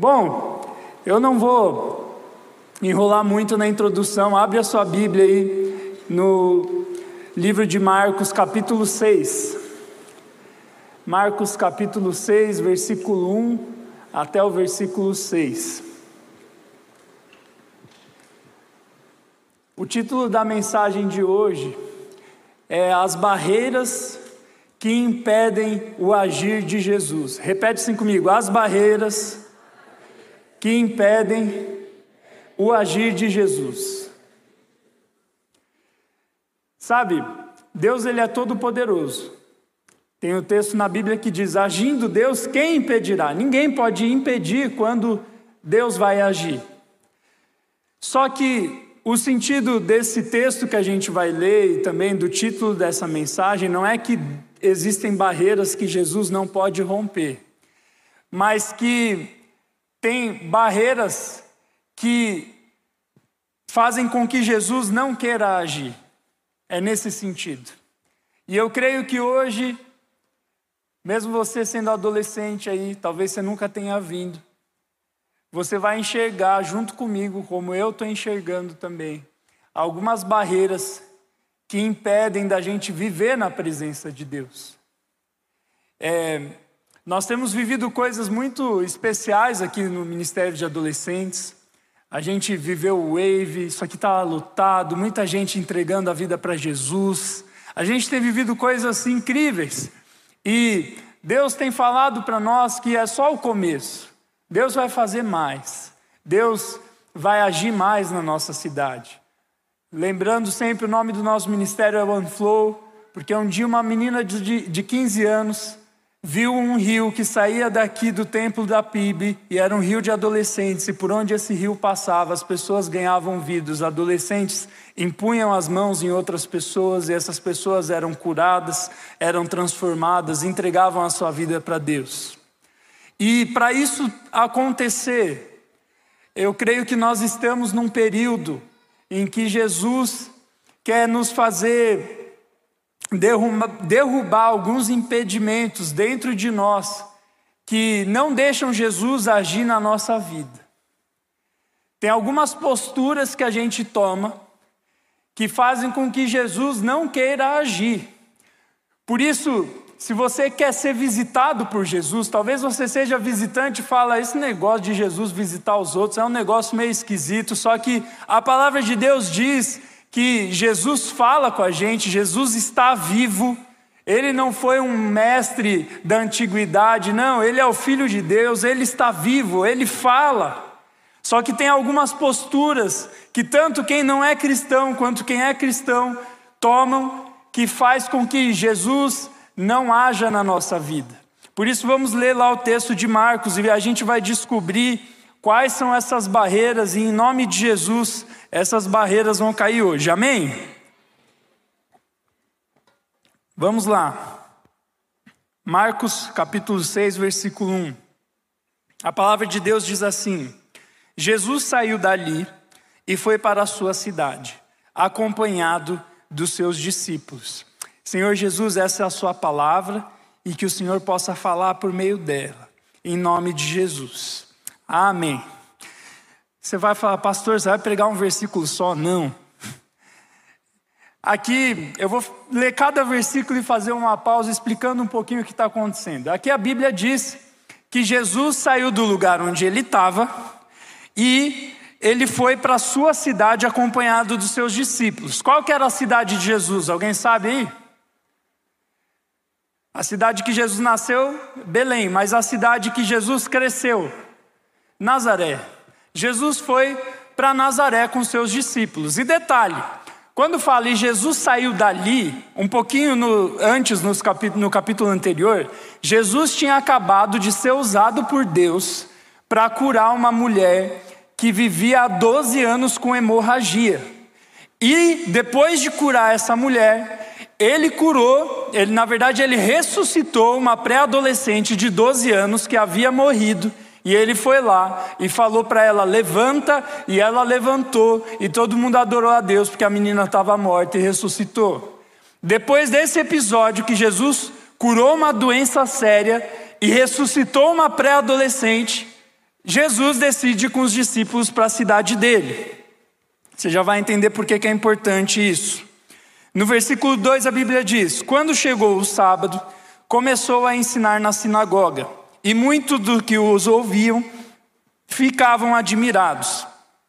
Bom, eu não vou enrolar muito na introdução. Abre a sua Bíblia aí no livro de Marcos, capítulo 6. Marcos, capítulo 6, versículo 1 até o versículo 6. O título da mensagem de hoje é As Barreiras que Impedem o Agir de Jesus. Repete assim comigo: as barreiras que impedem o agir de Jesus. Sabe, Deus ele é todo poderoso. Tem um texto na Bíblia que diz: agindo Deus, quem impedirá? Ninguém pode impedir quando Deus vai agir. Só que o sentido desse texto que a gente vai ler e também do título dessa mensagem não é que existem barreiras que Jesus não pode romper, mas que tem barreiras que fazem com que Jesus não queira agir. É nesse sentido. E eu creio que hoje, mesmo você sendo adolescente aí, talvez você nunca tenha vindo, você vai enxergar junto comigo, como eu estou enxergando também, algumas barreiras que impedem da gente viver na presença de Deus. Nós temos vivido coisas muito especiais aqui no Ministério de Adolescentes. A gente viveu o Wave, isso aqui está lotado, muita gente entregando a vida para Jesus. A gente tem vivido coisas assim incríveis. E Deus tem falado para nós que é só o começo. Deus vai fazer mais. Deus vai agir mais na nossa cidade. Lembrando sempre, o nome do nosso ministério é One Flow, porque um dia uma menina de 15 anos viu um rio que saía daqui do templo da PIB, e era um rio de adolescentes, e por onde esse rio passava, as pessoas ganhavam vida. Os adolescentes impunham as mãos em outras pessoas, e essas pessoas eram curadas, eram transformadas, entregavam a sua vida para Deus. E para isso acontecer, eu creio que nós estamos num período em que Jesus quer nos fazer derrubar alguns impedimentos dentro de nós que não deixam Jesus agir na nossa vida. Tem algumas posturas que a gente toma que fazem com que Jesus não queira agir. Por isso, se você quer ser visitado por Jesus, talvez você seja visitante e fala: esse negócio de Jesus visitar os outros é um negócio meio esquisito. Só que a palavra de Deus diz que Jesus fala com a gente, Jesus está vivo. Ele não foi um mestre da antiguidade, não, ele é o Filho de Deus, ele está vivo, ele fala. Só que tem algumas posturas que tanto quem não é cristão quanto quem é cristão tomam, que faz com que Jesus não haja na nossa vida. Por isso vamos ler lá o texto de Marcos e a gente vai descobrir quais são essas barreiras, e em nome de Jesus, essas barreiras vão cair hoje, amém? Vamos lá. Marcos capítulo 6, versículo 1. A palavra de Deus diz assim: Jesus saiu dali e foi para a sua cidade, acompanhado dos seus discípulos. Senhor Jesus, essa é a sua palavra, e que o Senhor possa falar por meio dela, em nome de Jesus. Amém. Você vai falar: pastor, você vai pregar um versículo só? Não. Aqui eu vou ler cada versículo e fazer uma pausa explicando um pouquinho o que está acontecendo. Aqui a Bíblia diz que Jesus saiu do lugar onde ele estava e ele foi para a sua cidade acompanhado dos seus discípulos. Qual que era a cidade de Jesus? Alguém sabe aí? A cidade que Jesus nasceu, Belém, mas a cidade que Jesus cresceu, Nazaré. Jesus foi para Nazaré com seus discípulos. E detalhe, quando fala e Jesus saiu dali, um pouquinho antes no capítulo anterior, Jesus tinha acabado de ser usado por Deus para curar uma mulher que vivia há 12 anos com hemorragia. E depois de curar essa mulher, ele ressuscitou uma pré-adolescente de 12 anos que havia morrido. E ele foi lá e falou para ela: levanta, e ela levantou, e todo mundo adorou a Deus, porque a menina estava morta e ressuscitou. Depois desse episódio que Jesus curou uma doença séria e ressuscitou uma pré-adolescente, Jesus decide ir com os discípulos para a cidade dele. Você já vai entender por que é importante isso. No versículo 2 a Bíblia diz: quando chegou o sábado, começou a ensinar na sinagoga, e muitos dos que os ouviam ficavam admirados.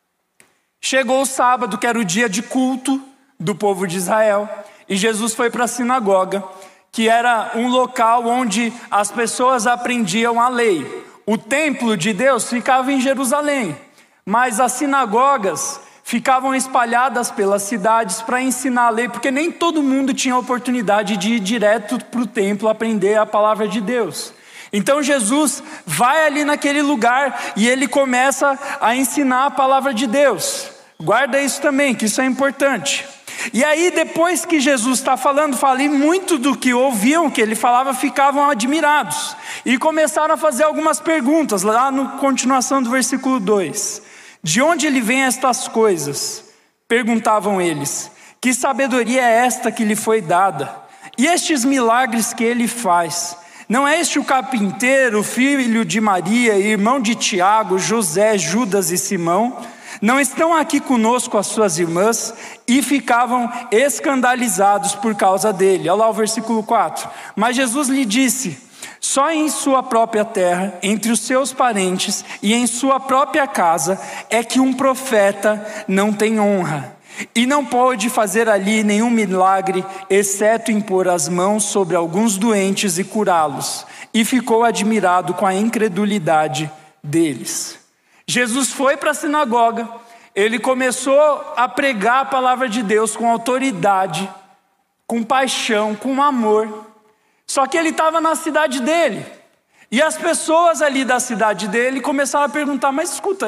Chegou o sábado, que era o dia de culto do povo de Israel, e Jesus foi para a sinagoga, que era um local onde as pessoas aprendiam a lei. O templo de Deus ficava em Jerusalém, mas as sinagogas ficavam espalhadas pelas cidades para ensinar a lei, porque nem todo mundo tinha a oportunidade de ir direto para o templo aprender a palavra de Deus. Então Jesus vai ali naquele lugar e ele começa a ensinar a palavra de Deus. Guarda isso também, que isso é importante. E aí depois que Jesus está falando, e muito do que ouviam que ele falava ficavam admirados. E começaram a fazer algumas perguntas, lá na continuação do versículo 2. De onde ele vem estas coisas? Perguntavam eles. Que sabedoria é esta que lhe foi dada? E estes milagres que ele faz? Não é este o carpinteiro, filho de Maria, irmão de Tiago, José, Judas e Simão? Não estão aqui conosco as suas irmãs? E ficavam escandalizados por causa dele. Olha lá o versículo 4. Mas Jesus lhe disse: só em sua própria terra, entre os seus parentes e em sua própria casa, é que um profeta não tem honra. E não pôde fazer ali nenhum milagre, exceto impor as mãos sobre alguns doentes e curá-los. E ficou admirado com a incredulidade deles. Jesus foi para a sinagoga, ele começou a pregar a palavra de Deus com autoridade, com paixão, com amor. Só que ele estava na cidade dele, e as pessoas ali da cidade dele começaram a perguntar: mas escuta,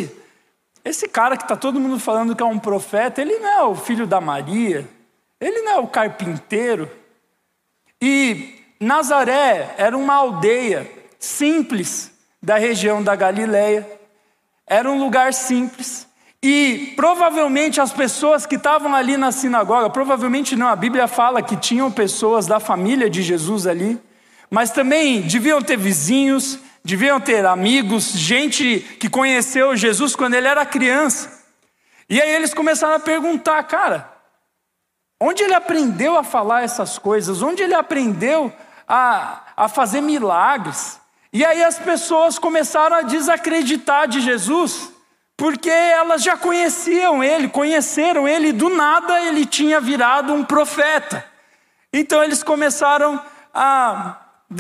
esse cara que está todo mundo falando que é um profeta, ele não é o filho da Maria? Ele não é o carpinteiro? E Nazaré era uma aldeia simples da região da Galileia, era um lugar simples, e provavelmente as pessoas que estavam ali na sinagoga, provavelmente não, a Bíblia fala que tinham pessoas da família de Jesus ali, mas também deviam ter vizinhos, deviam ter amigos, gente que conheceu Jesus quando ele era criança. E aí eles começaram a perguntar: cara, onde ele aprendeu a falar essas coisas? Onde ele aprendeu a fazer milagres? E aí as pessoas começaram a desacreditar de Jesus, porque elas já conheceram ele, e do nada ele tinha virado um profeta. Então eles começaram a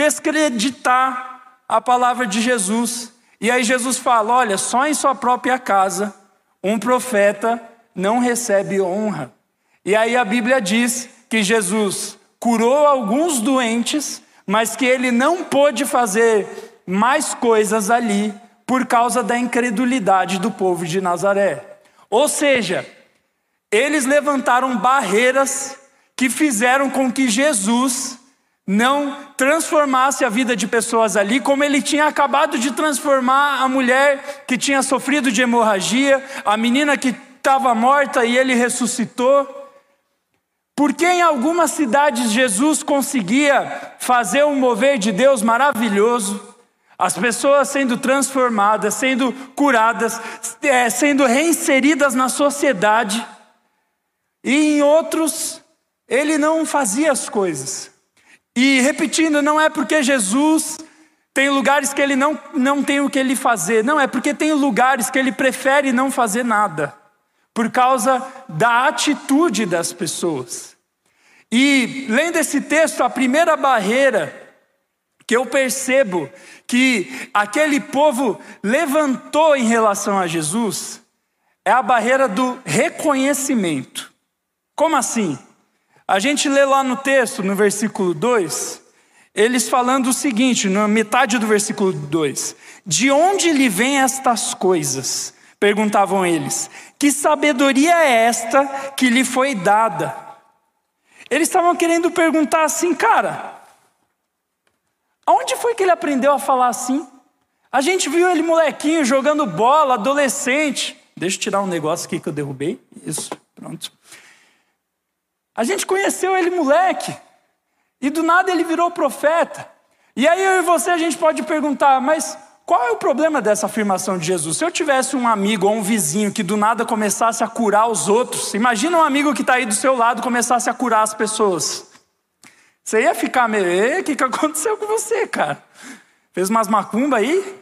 descreditar a palavra de Jesus. E aí Jesus fala: olha, só em sua própria casa um profeta não recebe honra. E aí a Bíblia diz que Jesus curou alguns doentes, mas que ele não pôde fazer mais coisas ali por causa da incredulidade do povo de Nazaré. Ou seja, eles levantaram barreiras que fizeram com que Jesus não transformasse a vida de pessoas ali, como ele tinha acabado de transformar a mulher que tinha sofrido de hemorragia, a menina que estava morta e ele ressuscitou. Porque em algumas cidades Jesus conseguia fazer um mover de Deus maravilhoso, as pessoas sendo transformadas, sendo curadas, sendo reinseridas na sociedade, e em outros ele não fazia as coisas. E repetindo, não é porque Jesus tem lugares que ele não tem o que ele fazer, não, é porque tem lugares que ele prefere não fazer nada, por causa da atitude das pessoas. E lendo esse texto, a primeira barreira que eu percebo que aquele povo levantou em relação a Jesus é a barreira do reconhecimento. Como assim? A gente lê lá no texto, no versículo 2, eles falando o seguinte, na metade do versículo 2: de onde lhe vêm estas coisas? Perguntavam eles. Que sabedoria é esta que lhe foi dada? Eles estavam querendo perguntar assim: cara, aonde foi que ele aprendeu a falar assim? A gente viu ele molequinho jogando bola, adolescente. Deixa eu tirar um negócio aqui que eu derrubei. Isso, pronto. A gente conheceu ele moleque, e do nada ele virou profeta. E aí eu e você, a gente pode perguntar: mas qual é o problema dessa afirmação de Jesus? Se eu tivesse um amigo ou um vizinho que do nada começasse a curar os outros, imagina um amigo que está aí do seu lado começasse a curar as pessoas. Você ia ficar meio, o que aconteceu com você, cara? Fez umas macumba aí?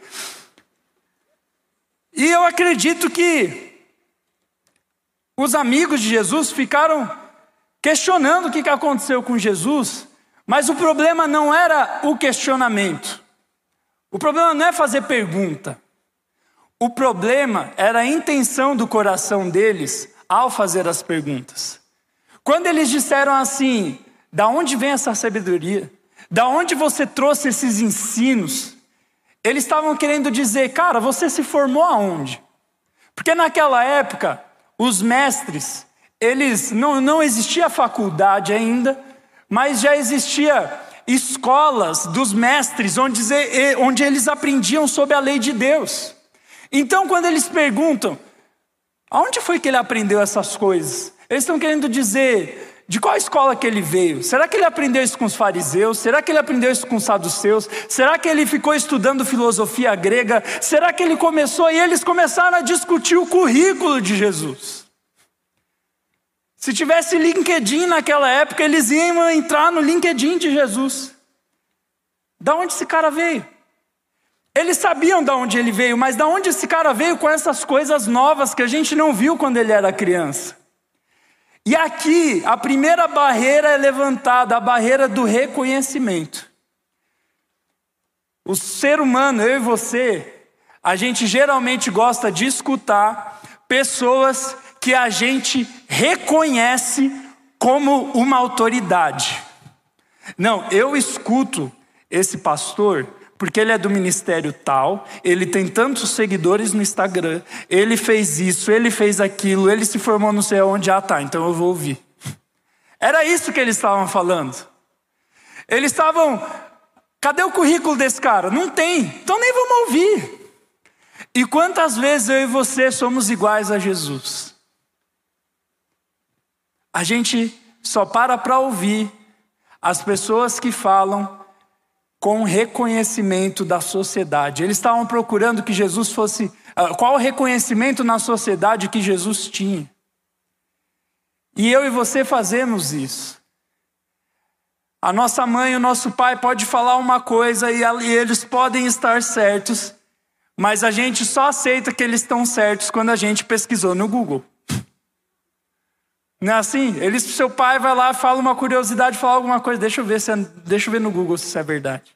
E eu acredito que os amigos de Jesus ficaram questionando o que aconteceu com Jesus, mas o problema não era o questionamento. O problema não é fazer pergunta. O problema era a intenção do coração deles ao fazer as perguntas. Quando eles disseram assim, da onde vem essa sabedoria? Da onde você trouxe esses ensinos? Eles estavam querendo dizer, cara, você se formou aonde? Porque naquela época, os mestres, eles não existia faculdade ainda, mas já existia escolas dos mestres, onde eles aprendiam sobre a lei de Deus. Então, quando eles perguntam, aonde foi que ele aprendeu essas coisas? Eles estão querendo dizer, de qual escola que ele veio? Será que ele aprendeu isso com os fariseus? Será que ele aprendeu isso com os saduceus? Será que ele ficou estudando filosofia grega? Será que ele começou? E eles começaram a discutir o currículo de Jesus. Se tivesse LinkedIn naquela época, eles iam entrar no LinkedIn de Jesus. Da onde esse cara veio? Eles sabiam de onde ele veio, mas de onde esse cara veio com essas coisas novas que a gente não viu quando ele era criança? E aqui, a primeira barreira é levantada, a barreira do reconhecimento. O ser humano, eu e você, a gente geralmente gosta de escutar pessoas que a gente reconhece como uma autoridade. Não, eu escuto esse pastor porque ele é do ministério tal, ele tem tantos seguidores no Instagram, ele fez isso, ele fez aquilo, ele se formou não sei onde, então eu vou ouvir. Era isso que eles estavam falando. Eles estavam, cadê o currículo desse cara? Não tem, então nem vamos ouvir. E quantas vezes eu e você somos iguais a Jesus? A gente só para ouvir as pessoas que falam com reconhecimento da sociedade. Eles estavam procurando que Jesus fosse... Qual o reconhecimento na sociedade que Jesus tinha? E eu e você fazemos isso. A nossa mãe e o nosso pai pode falar uma coisa e eles podem estar certos, mas a gente só aceita que eles estão certos quando a gente pesquisou no Google. Não é assim? Seu pai vai lá, fala uma curiosidade, fala alguma coisa, deixa eu ver no Google se isso é verdade.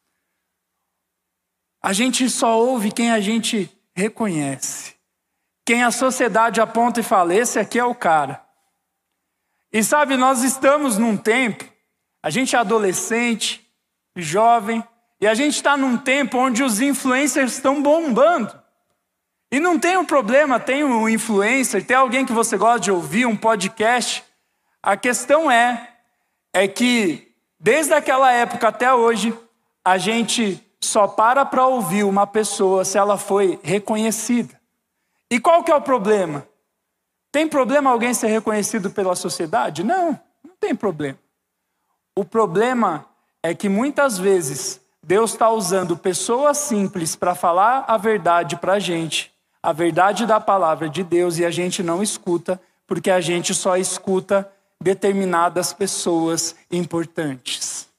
A gente só ouve quem a gente reconhece. Quem a sociedade aponta e fala, esse aqui é o cara. E sabe, nós estamos num tempo, a gente é adolescente, jovem, e a gente está num tempo onde os influencers estão bombando. E não tem um problema, tem um influencer, tem alguém que você gosta de ouvir, um podcast. A questão é que desde aquela época até hoje, a gente só para ouvir uma pessoa se ela foi reconhecida. E qual que é o problema? Tem problema alguém ser reconhecido pela sociedade? Não tem problema. O problema é que muitas vezes Deus está usando pessoas simples para falar a verdade para a gente, a verdade da palavra de Deus, e a gente não escuta, porque a gente só escuta determinadas pessoas importantes.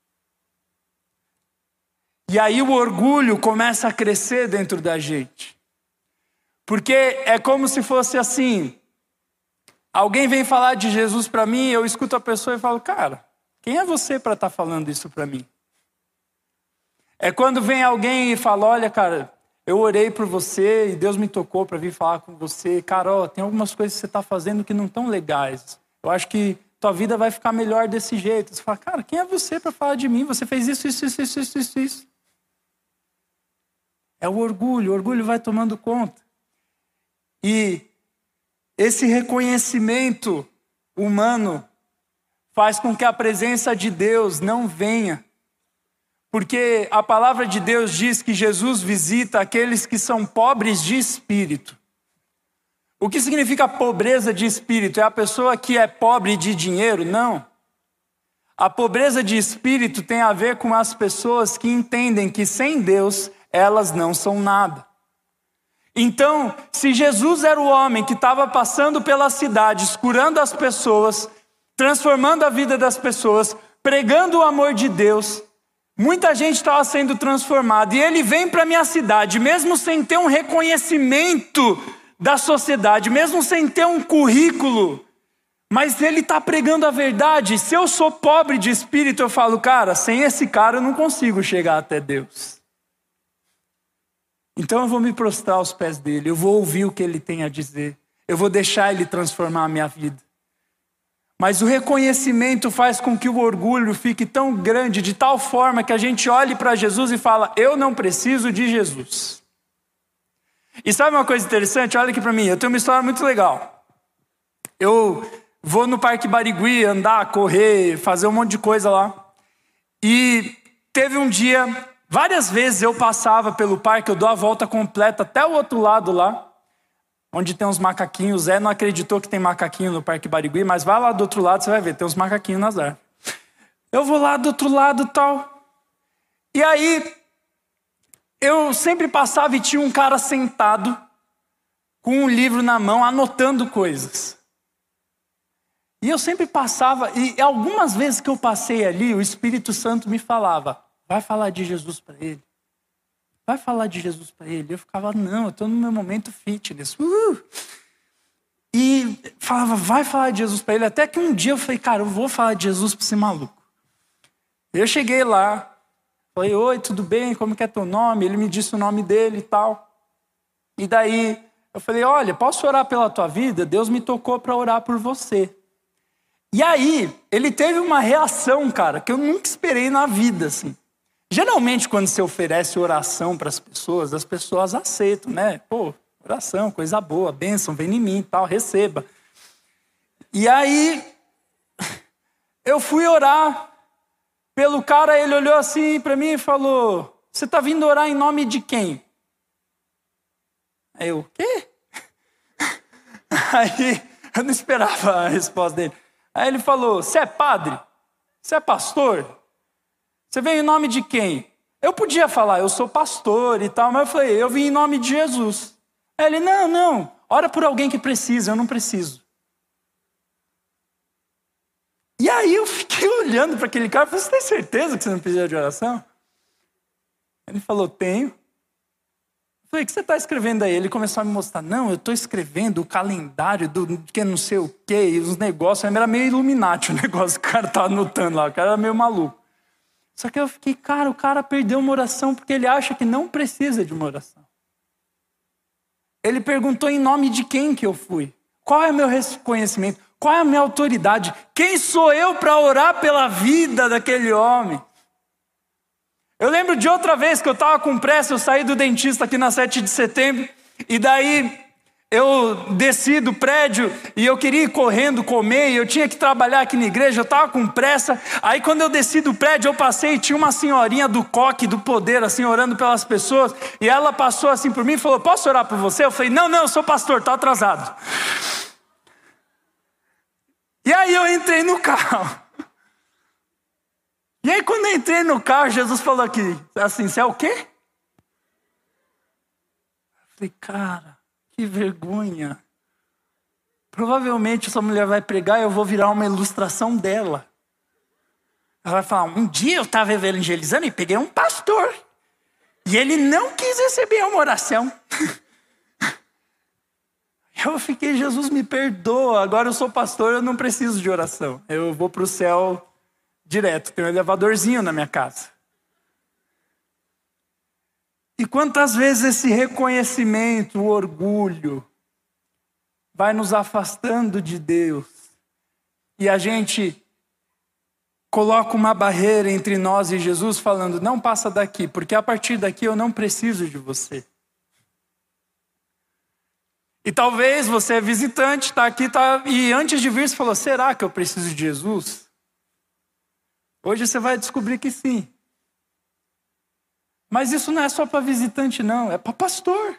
E aí o orgulho começa a crescer dentro da gente. Porque é como se fosse assim, alguém vem falar de Jesus para mim, eu escuto a pessoa e falo, cara, quem é você para estar falando isso para mim? É quando vem alguém e fala, olha, cara, eu orei por você e Deus me tocou para vir falar com você. Cara, tem algumas coisas que você está fazendo que não estão legais. Eu acho que tua vida vai ficar melhor desse jeito. Você fala, cara, quem é você para falar de mim? Você fez isso. É o orgulho vai tomando conta. E esse reconhecimento humano faz com que a presença de Deus não venha. Porque a palavra de Deus diz que Jesus visita aqueles que são pobres de espírito. O que significa pobreza de espírito? É a pessoa que é pobre de dinheiro? Não. A pobreza de espírito tem a ver com as pessoas que entendem que sem Deus elas não são nada. Então, se Jesus era o homem que estava passando pelas cidades, curando as pessoas, transformando a vida das pessoas, pregando o amor de Deus, muita gente estava sendo transformada, e ele vem para a minha cidade, mesmo sem ter um reconhecimento da sociedade, mesmo sem ter um currículo, mas ele está pregando a verdade. Se eu sou pobre de espírito, eu falo, cara, sem esse cara eu não consigo chegar até Deus. Então eu vou me prostrar aos pés dele, eu vou ouvir o que ele tem a dizer, eu vou deixar ele transformar a minha vida. Mas o reconhecimento faz com que o orgulho fique tão grande, de tal forma que a gente olhe para Jesus e fala, eu não preciso de Jesus. E sabe uma coisa interessante? Olha aqui para mim, eu tenho uma história muito legal. Eu vou no Parque Barigui andar, correr, fazer um monte de coisa lá. E teve um dia, várias vezes eu passava pelo parque, eu dou a volta completa até o outro lado lá, onde tem uns macaquinhos. Zé não acreditou que tem macaquinho no Parque Barigui, mas vai lá do outro lado, você vai ver, tem uns macaquinhos nas árvores. Eu vou lá do outro lado e tal. E aí, eu sempre passava e tinha um cara sentado, com um livro na mão, anotando coisas. E eu sempre passava, e algumas vezes que eu passei ali, o Espírito Santo me falava, vai falar de Jesus para ele. Vai falar de Jesus para ele. Eu ficava, não, eu estou no meu momento fitness. E falava, vai falar de Jesus para ele. Até que um dia eu falei, cara, eu vou falar de Jesus para esse maluco. Eu cheguei lá, falei, oi, tudo bem? Como que é teu nome? Ele me disse o nome dele e tal. E daí eu falei, olha, posso orar pela tua vida? Deus me tocou para orar por você. E aí, ele teve uma reação, cara, que eu nunca esperei na vida, assim. Geralmente, quando você oferece oração para as pessoas aceitam, né? Pô, oração, coisa boa, bênção, vem em mim e tal, receba. E aí, eu fui orar pelo cara, ele olhou assim para mim e falou, você está vindo orar em nome de quem? Aí eu, o quê? Aí, eu não esperava a resposta dele. Aí ele falou, você é padre? Você é pastor? Você veio em nome de quem? Eu podia falar, eu sou pastor e tal, mas eu falei, eu vim em nome de Jesus. Aí ele, não, ora por alguém que precisa, eu não preciso. E aí eu fiquei olhando para aquele cara e falei, você tem certeza que você não precisa de oração? Ele falou, tenho. Eu falei, o que você está escrevendo aí? Ele começou a me mostrar, não, eu estou escrevendo o calendário do que não sei o quê, e os negócios, era meio Illuminati o negócio que o cara estava anotando lá, o cara era meio maluco. Só que eu fiquei, cara, o cara perdeu uma oração porque ele acha que não precisa de uma oração. Ele perguntou em nome de quem que eu fui. Qual é o meu reconhecimento? Qual é a minha autoridade? Quem sou eu para orar pela vida daquele homem? Eu lembro de outra vez que eu estava com pressa, eu saí do dentista aqui na 7 de setembro, e daí eu desci do prédio e eu queria ir correndo comer, e eu tinha que trabalhar aqui na igreja, eu estava com pressa. Aí quando eu desci do prédio, eu passei e tinha uma senhorinha do coque, do poder, assim, orando pelas pessoas, e ela passou assim por mim e falou, posso orar por você? Eu falei, não, eu sou pastor, estou atrasado. E aí eu entrei no carro. E aí quando eu entrei no carro, Jesus falou aqui, assim, você é o quê? Eu falei, cara, que vergonha. Provavelmente essa mulher vai pregar e eu vou virar uma ilustração dela. Ela vai falar, um dia eu estava evangelizando e peguei um pastor. E ele não quis receber uma oração. Eu fiquei, Jesus me perdoa, agora eu sou pastor, eu não preciso de oração. Eu vou para o céu direto, tem um elevadorzinho na minha casa. E quantas vezes esse reconhecimento, o orgulho, vai nos afastando de Deus. E a gente coloca uma barreira entre nós e Jesus, falando, não passa daqui, porque a partir daqui eu não preciso de você. E talvez você é visitante, está aqui, e antes de vir você falou, será que eu preciso de Jesus? Hoje você vai descobrir que sim. Mas isso não é só para visitante, não. É para pastor.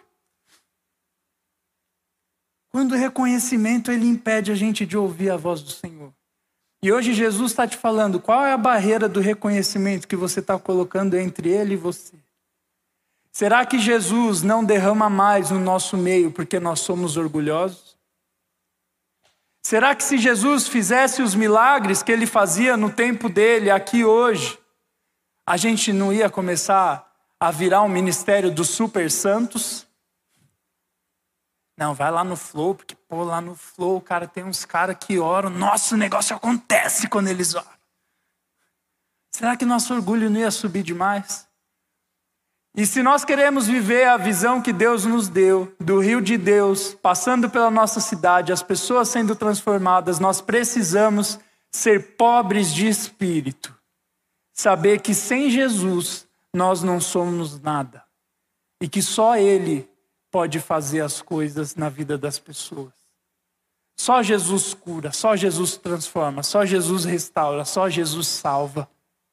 Quando o reconhecimento, ele impede a gente de ouvir a voz do Senhor. E hoje Jesus está te falando, qual é a barreira do reconhecimento que você está colocando entre ele e você? Será que Jesus não derrama mais no nosso meio porque nós somos orgulhosos? Será que se Jesus fizesse os milagres que ele fazia no tempo dele, aqui hoje, a gente não ia começar a virar um ministério dos super santos? Não, vai lá no Flow, porque lá no Flow, cara, tem uns caras que oram. Nossa, o negócio acontece quando eles oram. Será que nosso orgulho não ia subir demais? E se nós queremos viver a visão que Deus nos deu, do rio de Deus, passando pela nossa cidade, as pessoas sendo transformadas, nós precisamos ser pobres de espírito. Saber que sem Jesus nós não somos nada. E que só Ele pode fazer as coisas na vida das pessoas. Só Jesus cura, só Jesus transforma, só Jesus restaura, só Jesus salva.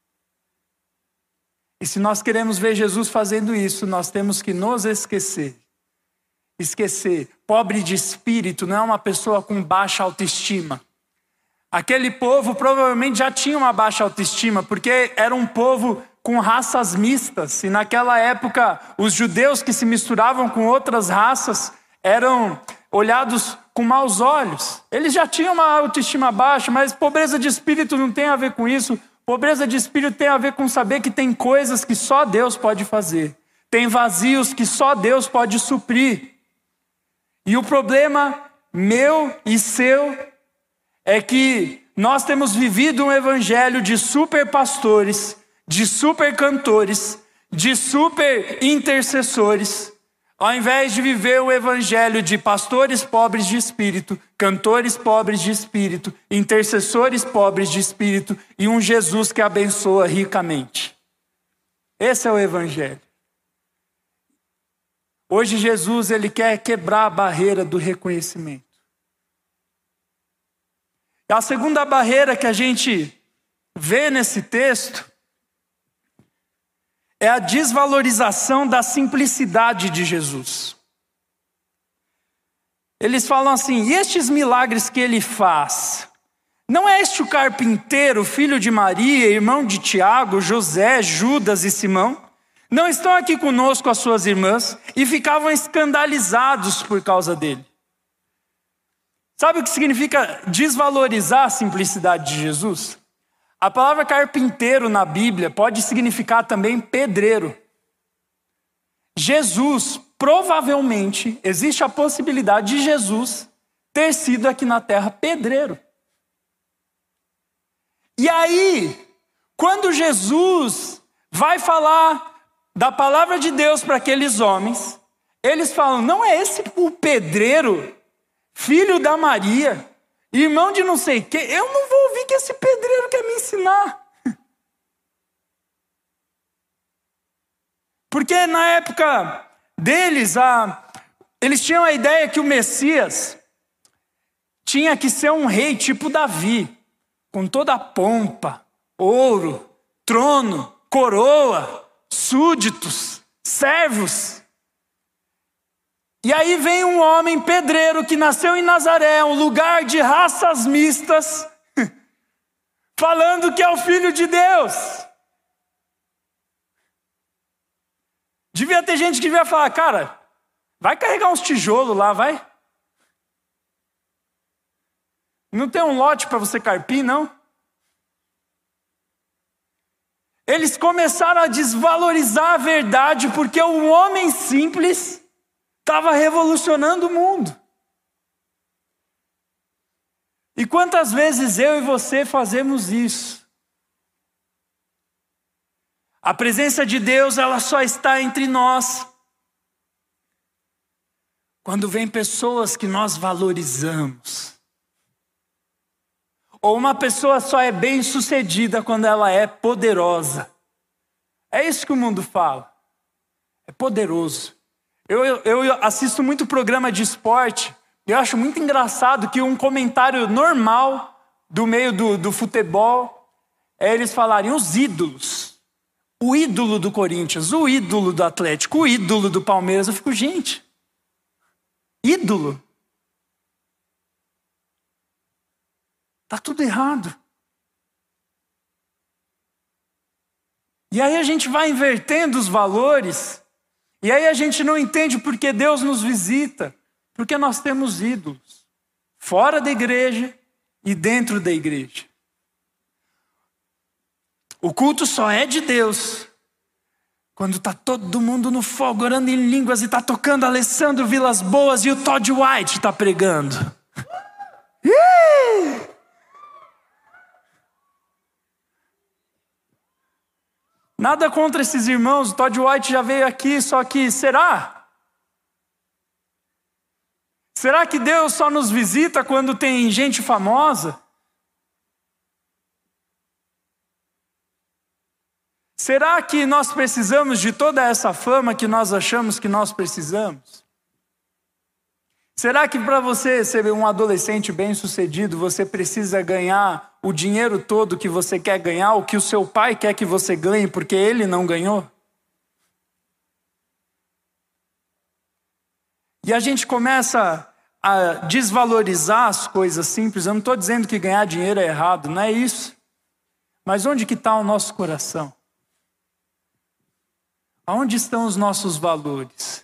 E se nós queremos ver Jesus fazendo isso, nós temos que nos esquecer. Esquecer. Pobre de espírito não é uma pessoa com baixa autoestima. Aquele povo provavelmente já tinha uma baixa autoestima, porque era um povo com raças mistas. E naquela época, os judeus que se misturavam com outras raças eram olhados com maus olhos. Eles já tinham uma autoestima baixa, mas pobreza de espírito não tem a ver com isso. Pobreza de espírito tem a ver com saber que tem coisas que só Deus pode fazer. Tem vazios que só Deus pode suprir. E o problema meu e seu é que nós temos vivido um evangelho de super pastores, de super cantores, de super intercessores, ao invés de viver o evangelho de pastores pobres de espírito, cantores pobres de espírito, intercessores pobres de espírito e um Jesus que abençoa ricamente. Esse é o evangelho. Hoje Jesus, ele quer quebrar a barreira do reconhecimento. E a segunda barreira que a gente vê nesse texto é a desvalorização da simplicidade de Jesus. Eles falam assim: e estes milagres que ele faz? Não é este o carpinteiro, filho de Maria, irmão de Tiago, José, Judas e Simão? Não estão aqui conosco as suas irmãs? E ficavam escandalizados por causa dele. Sabe o que significa desvalorizar a simplicidade de Jesus? A palavra carpinteiro na Bíblia pode significar também pedreiro. Jesus, provavelmente, existe a possibilidade de Jesus ter sido aqui na terra pedreiro. E aí, quando Jesus vai falar da palavra de Deus para aqueles homens, eles falam: não é esse o pedreiro, filho da Maria, irmão de não sei o quê? Eu não vou ouvir que esse pedreiro quer me ensinar. Porque na época deles, eles tinham a ideia que o Messias tinha que ser um rei tipo Davi, com toda a pompa, ouro, trono, coroa, súditos, servos. E aí vem um homem pedreiro que nasceu em Nazaré, um lugar de raças mistas, falando que é o Filho de Deus. Devia ter gente que devia falar: cara, vai carregar uns tijolos lá, vai. Não tem um lote para você carpir, não? Eles começaram a desvalorizar a verdade porque um homem simples estava revolucionando o mundo. E quantas vezes eu e você fazemos isso? A presença de Deus, ela só está entre nós quando vem pessoas que nós valorizamos. Ou uma pessoa só é bem-sucedida quando ela é poderosa. É isso que o mundo fala. É poderoso. Eu assisto muito programa de esporte. E eu acho muito engraçado que um comentário normal do meio do futebol é eles falarem os ídolos. O ídolo do Corinthians, o ídolo do Atlético, o ídolo do Palmeiras. Eu fico: gente, ídolo? Tá tudo errado. E aí a gente vai invertendo os valores E aí a gente não entende porque Deus nos visita, porque nós temos ídolos, fora da igreja e dentro da igreja. O culto só é de Deus quando está todo mundo no fogo, orando em línguas, e está tocando Alessandro Vilas Boas e o Todd White está pregando. Nada contra esses irmãos, o Todd White já veio aqui, só que será? Será que Deus só nos visita quando tem gente famosa? Será que nós precisamos de toda essa fama que nós achamos que nós precisamos? Será que para você ser um adolescente bem-sucedido, você precisa ganhar o dinheiro todo que você quer ganhar, o que o seu pai quer que você ganhe, porque ele não ganhou? E a gente começa a desvalorizar as coisas simples. Eu não estou dizendo que ganhar dinheiro é errado, não é isso. Mas onde que está o nosso coração? Aonde estão os nossos valores?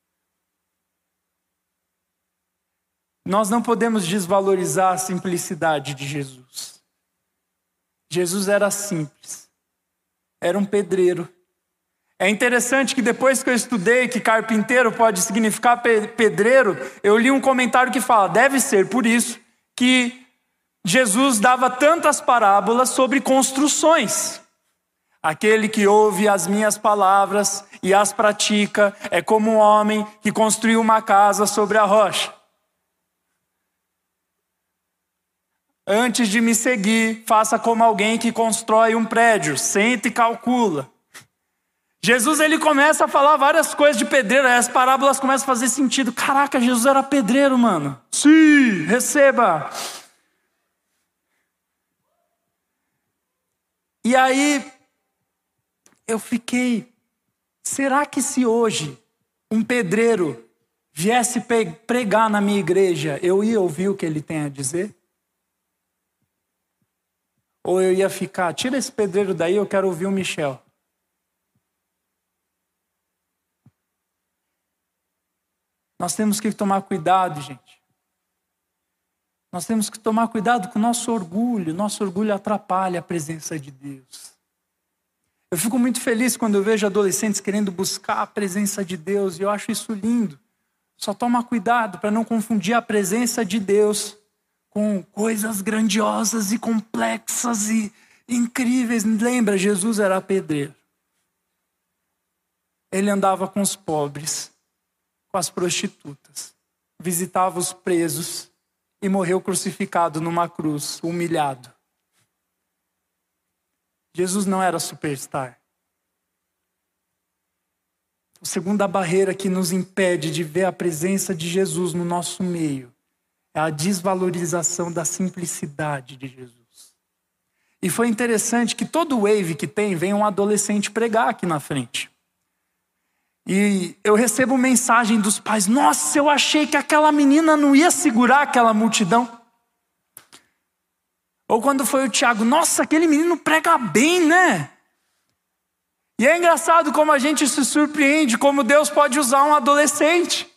Nós não podemos desvalorizar a simplicidade de Jesus. Jesus era simples. Era um pedreiro. É interessante que depois que eu estudei que carpinteiro pode significar pedreiro, eu li um comentário que fala, deve ser por isso que Jesus dava tantas parábolas sobre construções. Aquele que ouve as minhas palavras e as pratica é como um homem que construiu uma casa sobre a rocha. Antes de me seguir, faça como alguém que constrói um prédio, senta e calcula. Jesus, ele começa a falar várias coisas de pedreiro, aí as parábolas começam a fazer sentido. Caraca, Jesus era pedreiro, mano. Sim, receba. E aí, eu fiquei, será que se hoje um pedreiro viesse pregar na minha igreja, eu ia ouvir o que ele tem a dizer? Ou eu ia ficar, tira esse pedreiro daí, eu quero ouvir o Michel. Nós temos que tomar cuidado, gente. Nós temos que tomar cuidado com o nosso orgulho. Nosso orgulho atrapalha a presença de Deus. Eu fico muito feliz quando eu vejo adolescentes querendo buscar a presença de Deus. E eu acho isso lindo. Só toma cuidado para não confundir a presença de Deus com coisas grandiosas e complexas e incríveis. Lembra, Jesus era pedreiro. Ele andava com os pobres, com as prostitutas, visitava os presos e morreu crucificado numa cruz, humilhado. Jesus não era superstar. A segunda barreira que nos impede de ver a presença de Jesus no nosso meio é a desvalorização da simplicidade de Jesus. E foi interessante que todo wave que tem, vem um adolescente pregar aqui na frente. E eu recebo mensagem dos pais, nossa, eu achei que aquela menina não ia segurar aquela multidão. Ou quando foi o Tiago, nossa, aquele menino prega bem, né? E é engraçado como a gente se surpreende, como Deus pode usar um adolescente.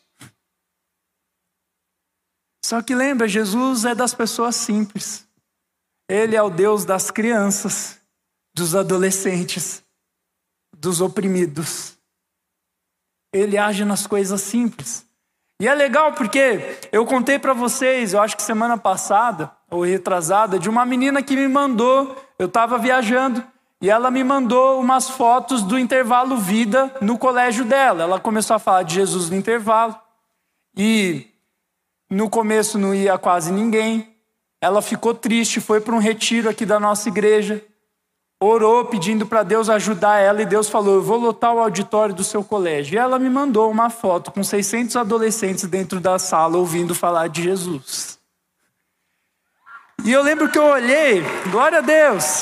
Só que lembra, Jesus é das pessoas simples. Ele é o Deus das crianças, dos adolescentes, dos oprimidos. Ele age nas coisas simples. E é legal porque eu contei para vocês, eu acho que semana passada, ou retrasada, de uma menina que me mandou, eu estava viajando, e ela me mandou umas fotos do intervalo vida no colégio dela. Ela começou a falar de Jesus no intervalo. E no começo não ia quase ninguém. Ela ficou triste, foi para um retiro aqui da nossa igreja. Orou pedindo para Deus ajudar ela e Deus falou, eu vou lotar o auditório do seu colégio. E ela me mandou uma foto com 600 adolescentes dentro da sala ouvindo falar de Jesus. E eu lembro que eu olhei, glória a Deus.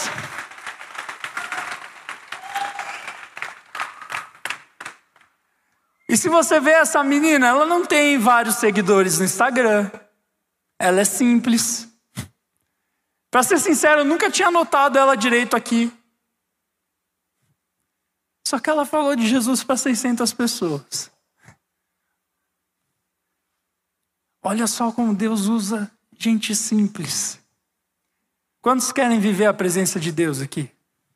E se você vê essa menina, ela não tem vários seguidores no Instagram. Ela é simples. Para ser sincero, eu nunca tinha notado ela direito aqui. Só que ela falou de Jesus para 600 pessoas. Olha só como Deus usa gente simples. Quantos querem viver a presença de Deus aqui?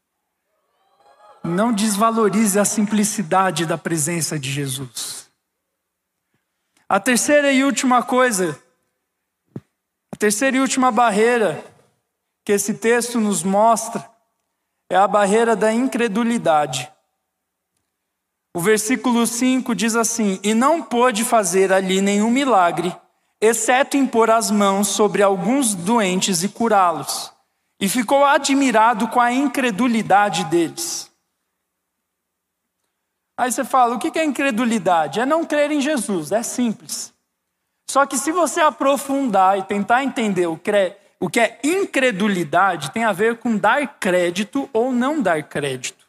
Não desvalorize a simplicidade da presença de Jesus. A terceira e última coisa, a terceira e última barreira que esse texto nos mostra é a barreira da incredulidade. O versículo 5 diz assim: e não pôde fazer ali nenhum milagre, exceto impor as mãos sobre alguns doentes e curá-los. E ficou admirado com a incredulidade deles. Aí você fala, o que é incredulidade? É não crer em Jesus, é simples. Só que se você aprofundar e tentar entender o que é incredulidade, tem a ver com dar crédito ou não dar crédito.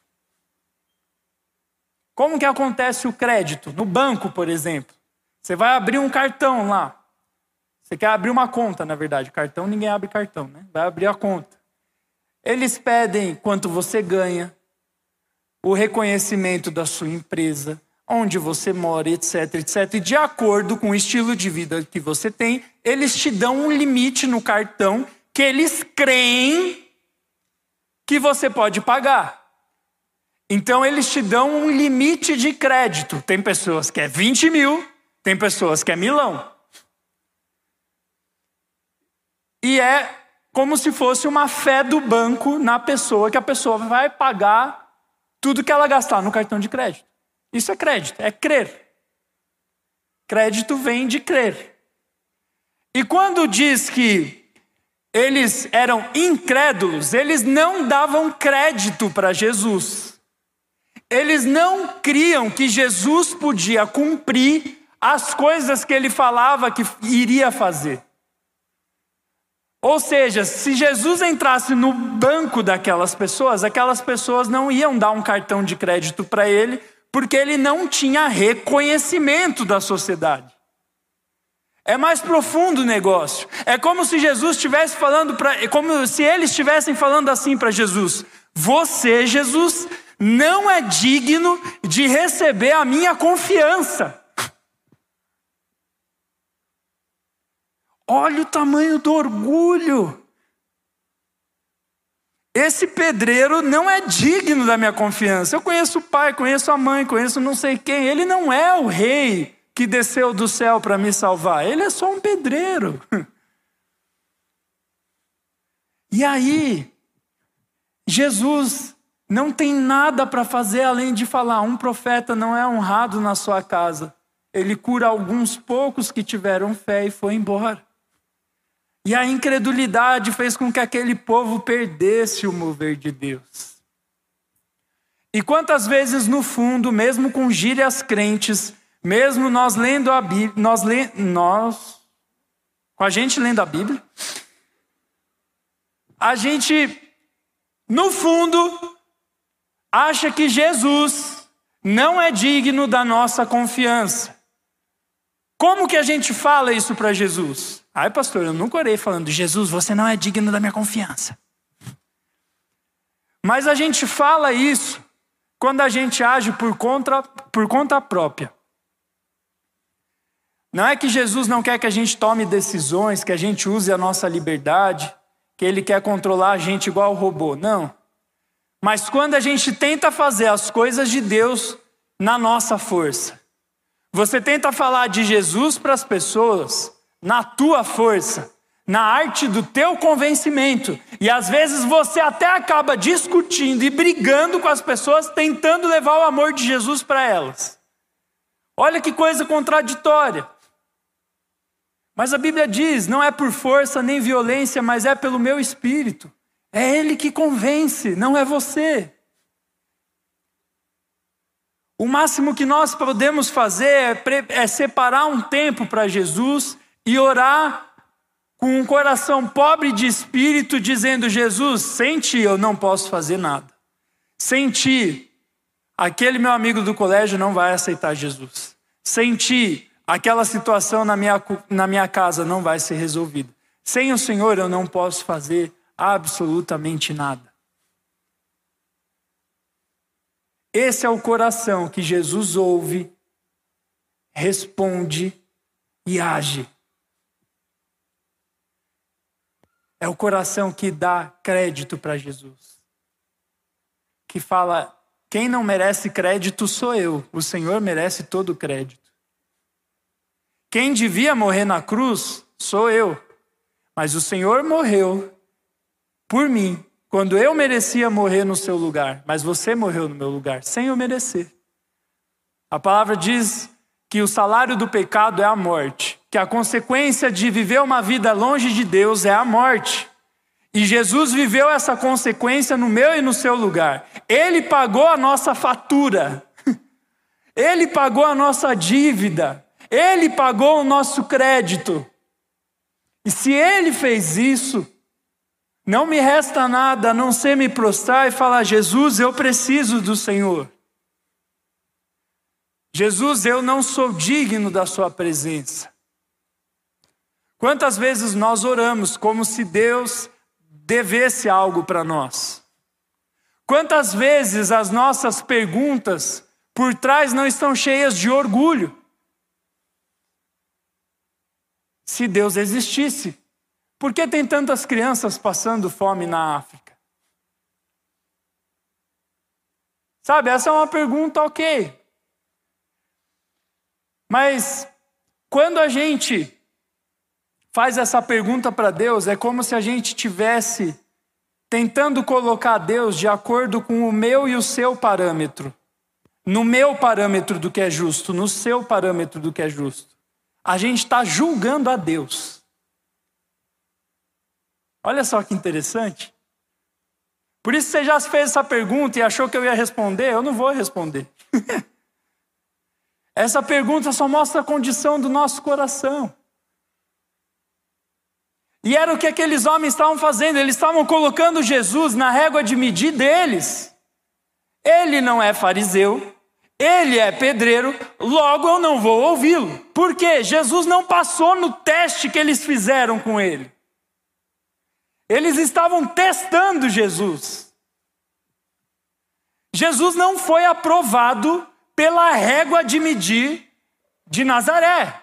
Como que acontece o crédito? No banco, por exemplo. Você vai abrir um cartão lá. Você quer abrir uma conta, na verdade. Cartão, ninguém abre cartão, né? Vai abrir a conta. Eles pedem quanto você ganha, o reconhecimento da sua empresa, onde você mora, etc, etc. E de acordo com o estilo de vida que você tem, eles te dão um limite no cartão que eles creem que você pode pagar. Então eles te dão um limite de crédito. Tem pessoas que é 20 mil, tem pessoas que é 1.000.000. E é como se fosse uma fé do banco na pessoa, que a pessoa vai pagar tudo que ela gastar no cartão de crédito. Isso é crédito, é crer. Crédito vem de crer. E quando diz que eles eram incrédulos, eles não davam crédito para Jesus. Eles não criam que Jesus podia cumprir as coisas que ele falava que iria fazer. Ou seja, se Jesus entrasse no banco daquelas pessoas, aquelas pessoas não iam dar um cartão de crédito para ele, porque ele não tinha reconhecimento da sociedade. É mais profundo o negócio. É como se Jesus estivesse falando como se eles estivessem falando assim para Jesus: você, Jesus, não é digno de receber a minha confiança. Olha o tamanho do orgulho. Esse pedreiro não é digno da minha confiança. Eu conheço o pai, conheço a mãe, conheço não sei quem. Ele não é o rei que desceu do céu para me salvar. Ele é só um pedreiro. E aí, Jesus não tem nada para fazer além de falar: um profeta não é honrado na sua casa. Ele cura alguns poucos que tiveram fé e foi embora. E a incredulidade fez com que aquele povo perdesse o mover de Deus. E quantas vezes no fundo, mesmo com gírias crentes, mesmo nós lendo a Bíblia, com a gente lendo a Bíblia, a gente, no fundo, acha que Jesus não é digno da nossa confiança. Como que a gente fala isso para Jesus? Ai, pastor, eu nunca orei falando: Jesus, você não é digno da minha confiança. Mas a gente fala isso quando a gente age por conta própria. Não é que Jesus não quer que a gente tome decisões, que a gente use a nossa liberdade, que ele quer controlar a gente igual robô. Não. Mas quando a gente tenta fazer as coisas de Deus na nossa força. Você tenta falar de Jesus para as pessoas na tua força, na arte do teu convencimento. E às vezes você até acaba discutindo e brigando com as pessoas, tentando levar o amor de Jesus para elas. Olha que coisa contraditória. Mas a Bíblia diz: não é por força nem violência, mas é pelo meu espírito. É Ele que convence, não é você. O máximo que nós podemos fazer é separar um tempo para Jesus e orar com um coração pobre de espírito, dizendo: Jesus, sem ti eu não posso fazer nada. Sem ti, aquele meu amigo do colégio não vai aceitar Jesus. Sem ti, aquela situação na minha casa não vai ser resolvida. Sem o Senhor eu não posso fazer absolutamente nada. Esse é o coração que Jesus ouve, responde e age. É o coração que dá crédito para Jesus. Que fala, quem não merece crédito sou eu, o Senhor merece todo o crédito. Quem devia morrer na cruz sou eu, mas o Senhor morreu por mim, quando eu merecia morrer no seu lugar, mas você morreu no meu lugar, sem eu merecer. A palavra diz que o salário do pecado é a morte, que a consequência de viver uma vida longe de Deus é a morte. E Jesus viveu essa consequência no meu e no seu lugar. Ele pagou a nossa fatura. Ele pagou a nossa dívida. Ele pagou o nosso crédito. E se Ele fez isso, não me resta nada a não ser me prostrar e falar, Jesus, eu preciso do Senhor. Jesus, eu não sou digno da sua presença. Quantas vezes nós oramos como se Deus devesse algo para nós? Quantas vezes as nossas perguntas por trás não estão cheias de orgulho? Se Deus existisse, por que tem tantas crianças passando fome na África? Sabe, essa é uma pergunta ok. Mas quando a gente faz essa pergunta para Deus, é como se a gente estivesse tentando colocar Deus de acordo com o meu e o seu parâmetro. No meu parâmetro do que é justo, no seu parâmetro do que é justo. A gente está julgando a Deus. Olha só que interessante. Por isso você já fez essa pergunta e achou que eu ia responder? Eu não vou responder. Essa pergunta só mostra a condição do nosso coração. E era o que aqueles homens estavam fazendo. Eles estavam colocando Jesus na régua de medir deles. Ele não é fariseu, ele é pedreiro, logo eu não vou ouvi-lo. Por quê? Jesus não passou no teste que eles fizeram com ele. Eles estavam testando Jesus. Jesus não foi aprovado pela régua de medir de Nazaré.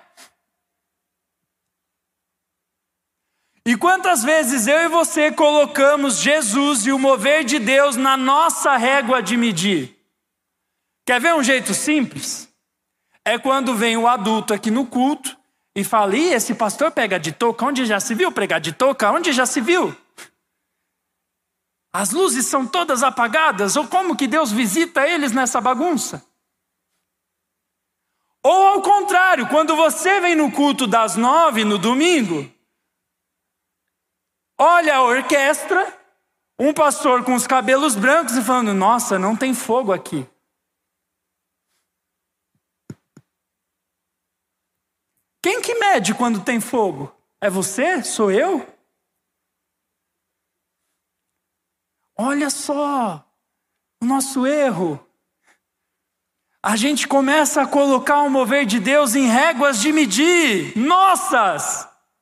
E quantas vezes eu e você colocamos Jesus e o mover de Deus na nossa régua de medir? Quer ver um jeito simples? É quando vem o adulto aqui no culto e fala, ih, esse pastor pega de touca, onde já se viu pregar de touca? Onde já se viu? As luzes são todas apagadas, ou como que Deus visita eles nessa bagunça? Ou ao contrário, quando você vem no culto das 9 no domingo, olha a orquestra, um pastor com os cabelos brancos e falando, nossa, não tem fogo aqui. Quem que mede quando tem fogo? É você? Sou eu? Olha só o nosso erro. A gente começa a colocar o mover de Deus em réguas de medir, nossas.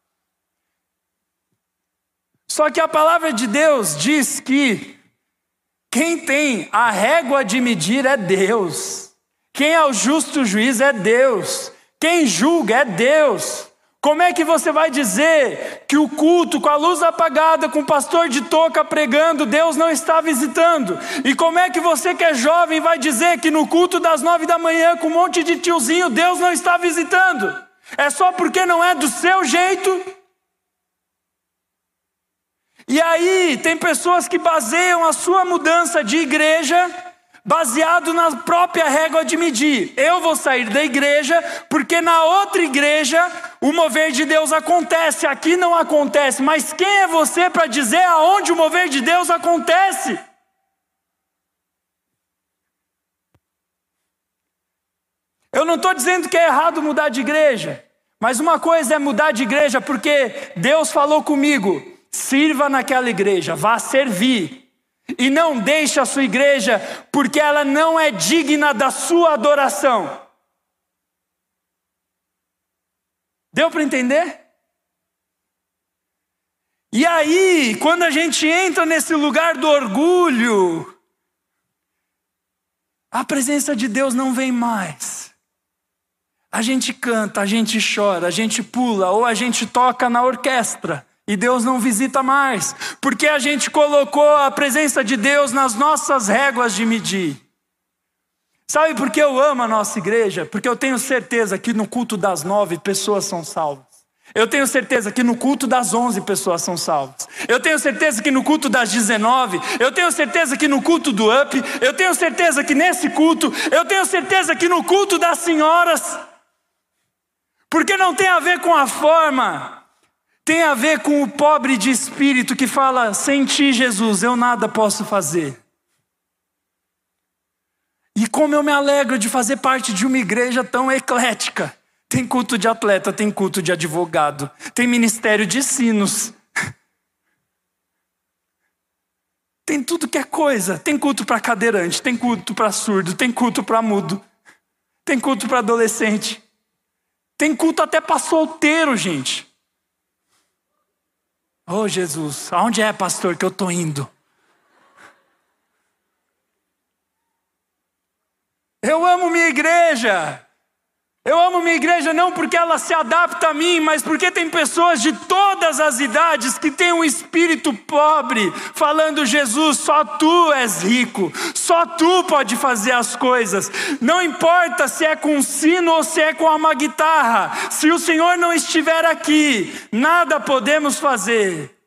Só que a palavra de Deus diz que quem tem a régua de medir é Deus. Quem é o justo juiz é Deus. Quem julga é Deus. Como é que você vai dizer que o culto com a luz apagada, com o pastor de touca pregando, Deus não está visitando? E como é que você que é jovem vai dizer que no culto das 9 da manhã, com um monte de tiozinho, Deus não está visitando? É só porque não é do seu jeito? E aí, tem pessoas que baseiam a sua mudança de igreja baseado na própria régua de medir. Eu vou sair da igreja porque na outra igreja o mover de Deus acontece, aqui não acontece. Mas quem é você para dizer aonde o mover de Deus acontece? Eu não estou dizendo que é errado mudar de igreja, mas uma coisa é mudar de igreja porque Deus falou comigo, sirva naquela igreja, vá servir. E não deixe a sua igreja porque ela não é digna da sua adoração. Deu para entender? E aí, quando a gente entra nesse lugar do orgulho, a presença de Deus não vem mais. A gente canta, a gente chora, a gente pula, ou a gente toca na orquestra, e Deus não visita mais, porque a gente colocou a presença de Deus nas nossas réguas de medir. Sabe por que eu amo a nossa igreja? Porque eu tenho certeza que no culto das 9 pessoas são salvas. Eu tenho certeza que no culto das 11 pessoas são salvas. Eu tenho certeza que no culto das 19, eu tenho certeza que no culto do UP, eu tenho certeza que nesse culto, eu tenho certeza que no culto das senhoras. Porque não tem a ver com a forma, tem a ver com o pobre de espírito que fala: sem ti, Jesus, eu nada posso fazer. E como eu me alegro de fazer parte de uma igreja tão eclética. Tem culto de atleta, tem culto de advogado, tem ministério de sinos. Tem tudo que é coisa. Tem culto para cadeirante, tem culto para surdo, tem culto para mudo, tem culto para adolescente. Tem culto até para solteiro, gente. Oh, Jesus, aonde é, pastor, que eu estou indo? Eu amo minha igreja. Eu amo minha igreja não porque ela se adapta a mim, mas porque tem pessoas de todas as idades que têm um espírito pobre, falando: Jesus, só tu és rico, só tu pode fazer as coisas. Não importa se é com sino ou se é com uma guitarra, se o Senhor não estiver aqui, nada podemos fazer.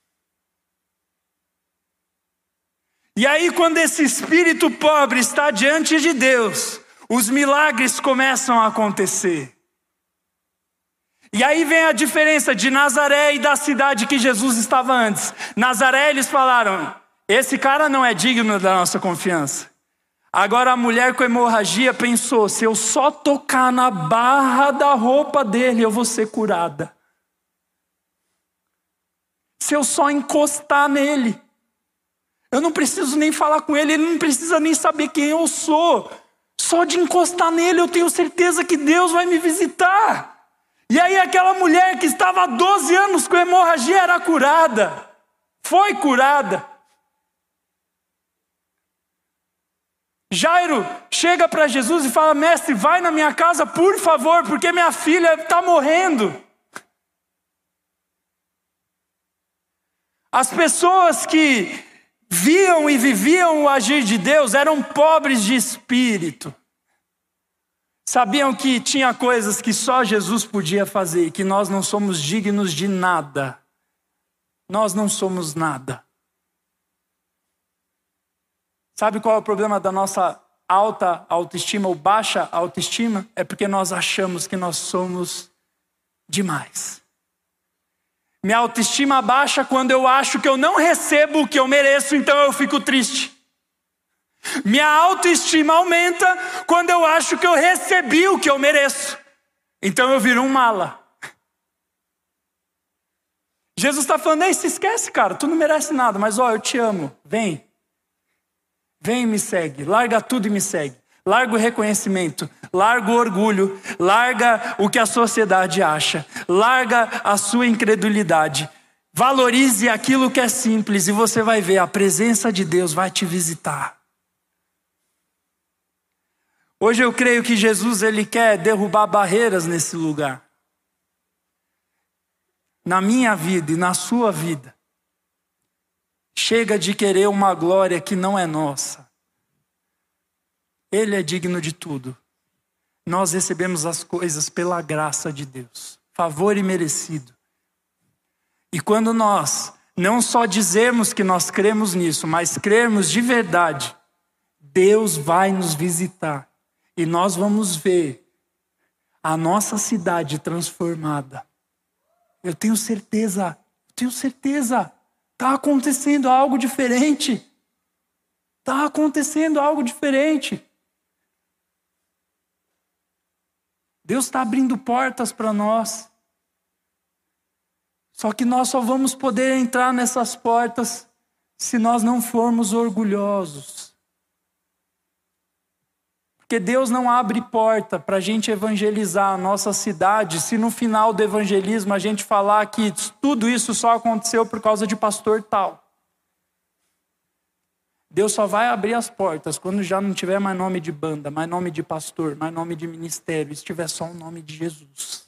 E aí, quando esse espírito pobre está diante de Deus, os milagres começam a acontecer. E aí vem a diferença de Nazaré e da cidade que Jesus estava antes. Nazaré, eles falaram: esse cara não é digno da nossa confiança. Agora a mulher com hemorragia pensou: se eu só tocar na barra da roupa dele, eu vou ser curada. Se eu só encostar nele, eu não preciso nem falar com ele, ele não precisa nem saber quem eu sou. Só de encostar nele eu tenho certeza que Deus vai me visitar. E aí aquela mulher que estava há 12 anos com hemorragia era curada. Foi curada. Jairo chega para Jesus e fala: mestre, vai na minha casa por favor, porque minha filha está morrendo. As pessoas que viam e viviam o agir de Deus eram pobres de espírito. Sabiam que tinha coisas que só Jesus podia fazer e que nós não somos dignos de nada. Nós não somos nada. Sabe qual é o problema da nossa alta autoestima ou baixa autoestima? É porque nós achamos que nós somos demais. Minha autoestima baixa quando eu acho que eu não recebo o que eu mereço, então eu fico triste. Minha autoestima aumenta quando eu acho que eu recebi o que eu mereço, então eu viro um mala. Jesus está falando: ei, se esquece, cara, tu não merece nada, mas ó, eu te amo, vem. Vem e me segue, larga tudo e me segue. Larga o reconhecimento, larga o orgulho, larga o que a sociedade acha, larga a sua incredulidade. Valorize aquilo que é simples e você vai ver, a presença de Deus vai te visitar. Hoje eu creio que Jesus, ele quer derrubar barreiras nesse lugar. Na minha vida e na sua vida. Chega de querer uma glória que não é nossa. Ele é digno de tudo. Nós recebemos as coisas pela graça de Deus. Favor imerecido. E quando nós não só dizermos que nós cremos nisso, mas crermos de verdade, Deus vai nos visitar. E nós vamos ver a nossa cidade transformada. Eu tenho certeza. Está acontecendo algo diferente. Está acontecendo algo diferente. Deus está abrindo portas para nós. Só que nós só vamos poder entrar nessas portas se nós não formos orgulhosos. Porque Deus não abre porta para a gente evangelizar a nossa cidade se no final do evangelismo a gente falar que tudo isso só aconteceu por causa de pastor tal. Deus só vai abrir as portas quando já não tiver mais nome de banda, mais nome de pastor, mais nome de ministério, estiver só o nome de Jesus.